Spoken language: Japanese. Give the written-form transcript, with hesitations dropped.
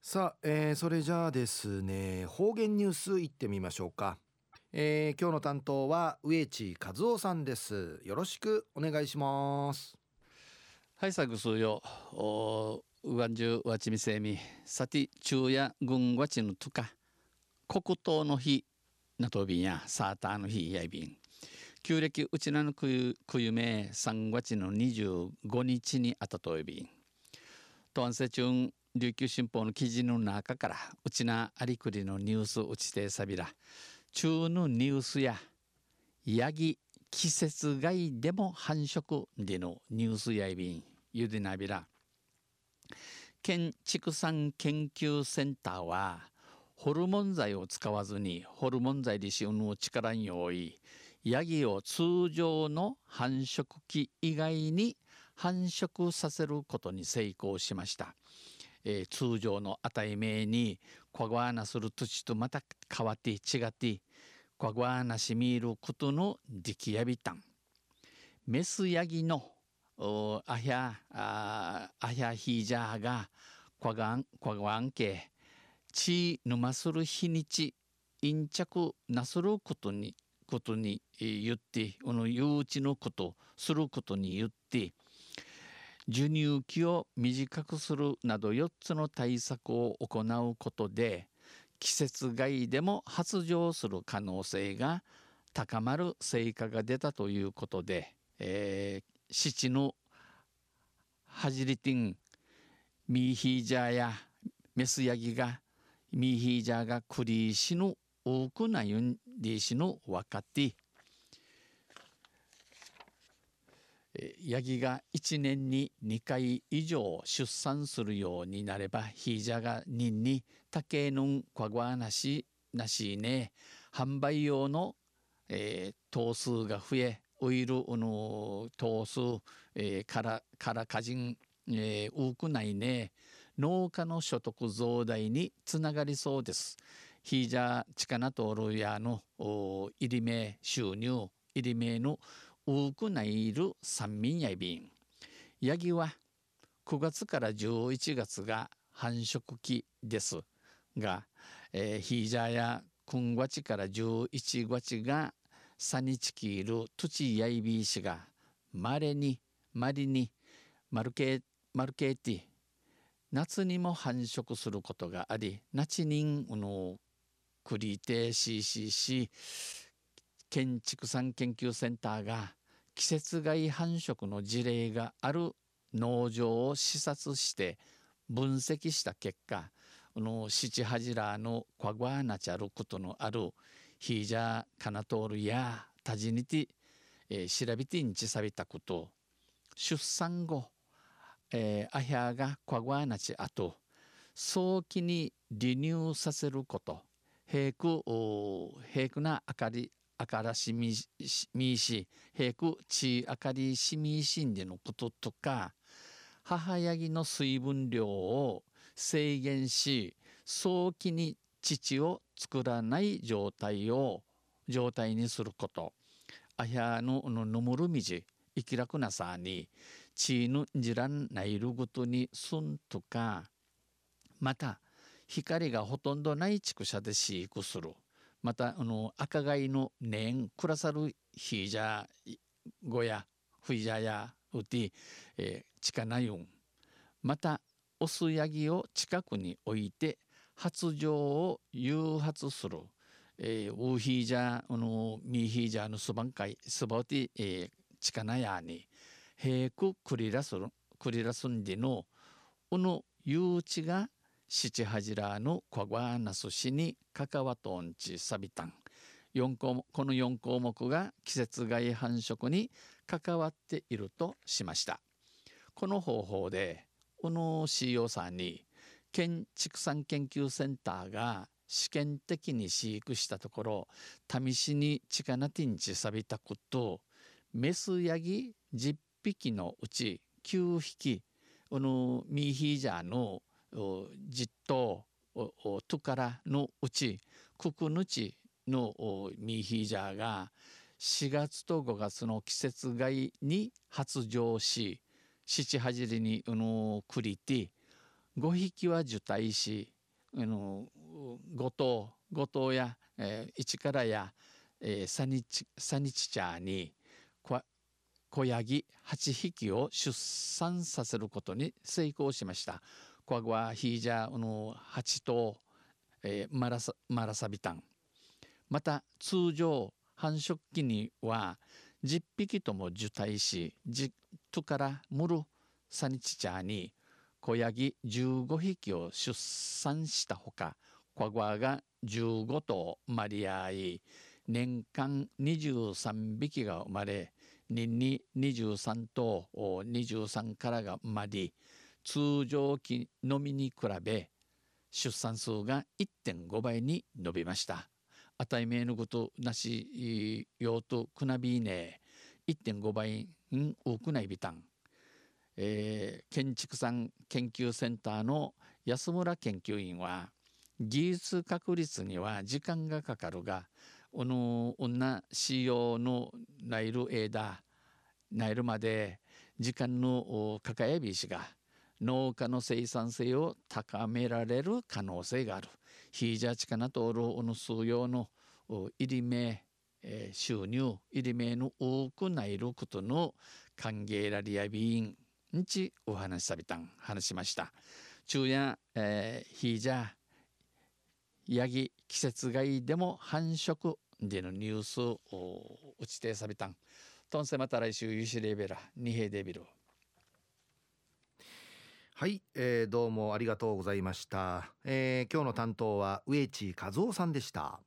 さあ、それじゃあですね、方言ニュースいってみましょうか。今日の担当は植地和夫さんです。よろしくお願いします。 はい、さぐすよ。うわんじゅうわちみせみ。さて、昼夜軍わちぬとか。国東の日。なとびんや、サーターの日やいびん。旧暦うちなのくゆめ3月の25日にあたといびん。とんせちゅん、琉球新報の記事の中から、うちなありくりのニュースうちてさびら。中のニュースや、ヤギ季節外でも繁殖でのニュースやいびん。ゆでなびら。県畜産研究センターは、ホルモン剤を使わずにホルモン剤で使用の力に多いヤギを通常の繁殖期以外に繁殖させることに成功しました。通常の値名にこがわなする土地とまた変わって違ってこがわなしみることの出来やびたん。メスヤギのアヒャヒージャーがこがわんけちぬまする日にち陰着なすることに言ってこの誘致のことすることに言って授乳期を短くするなど4つの対策を行うことで季節外でも発情する可能性が高まる成果が出たということで、七のハジリティンミーヒージャーやメスヤギがミーヒージャーがクリーシの多くなユンリーシの若手ヤギが1年に2回以上出産するようになればヒージャーが人に竹のんこがなしね販売用の、頭数が増えオイルの頭数、からかじん、多くないね農家の所得増大につながりそうです。ヒージャーチカナトールヤの入り目収入入り目の多くないる三民やいびん。ヤギは9月から11月が繁殖期ですが、ヒージャーや9月から11月がサニチキいる土地やいびいしがまれにマルケーティ夏にも繁殖することがありナチニンのクリテ CCC 県畜産研究センターが季節外繁殖の事例がある農場を視察して分析した結果シチハジラーのコグワナチャルことのあるヒージャーカナトールやタジニティ、調べてんちさびたこと出産後、アヒャーがコグワナチあと早期に離乳させること平くなあからしみし平くちあかりしみしんでのこととか母ヤギの水分量を制限し早期に乳を作らない状態にすることあやのぬむるみじ生きらくなさに血のじらんないるごとにすんとかまた光がほとんどない畜舎で飼育するまた赤貝の年クラサルヒージャーゴやフイジャーやウティ、チカナユンまたオスヤギを近くに置いて発情を誘発する、ウーヒージャーミーヒージャーのスバンカイスバウティ、チカナヤに平くクリラスンディの誘致が七ハジラのコグアナス氏に関わとんちサビタンこの4項目が季節外繁殖に関わっているとしました。この方法でCEO さんに県畜産研究センターが試験的に飼育したところ試しにチカナティンチサビタクとメスヤギ10匹のうち9匹ミーヒージャーの実頭トからのうちククヌチのミーヒージャーが4月と5月の季節外に発情し七はじりにクリティ5匹は受胎し五島や、市からや、サニチ茶に子ヤギ8匹を出産させることに成功しました。ここはヒージャーの8頭、マラサビタン。また通常繁殖期には10匹とも受胎し、じっとからムルサニチチャーに子ヤギ15匹を出産したほか、コグワが15頭生まれ合い、年間23匹が生まれ、年に23頭23からが生まれ、通常期のみに比べ出産数が 1.5 倍に伸びました。あたいめのことなしようとくなびね 1.5 倍多くないびたん、建築産研究センターの安村研究員は、技術確立には時間がかかるが、女仕様のナイル枝ナイルまで時間のかかやびしが農家の生産性を高められる可能性がある。ヒージャーチカナトール数用の入り目、収入入り目の多くないることの歓迎ラリアビーンんちお話しさびたん話しました。昼夜、ヒージャーヤギ季節外でも繁殖でのニュースを打ちてさびたん。とんせまた来週ユシレーベラ二平デビル。 はい、どうもありがとうございました。今日の担当は植地和夫さんでした。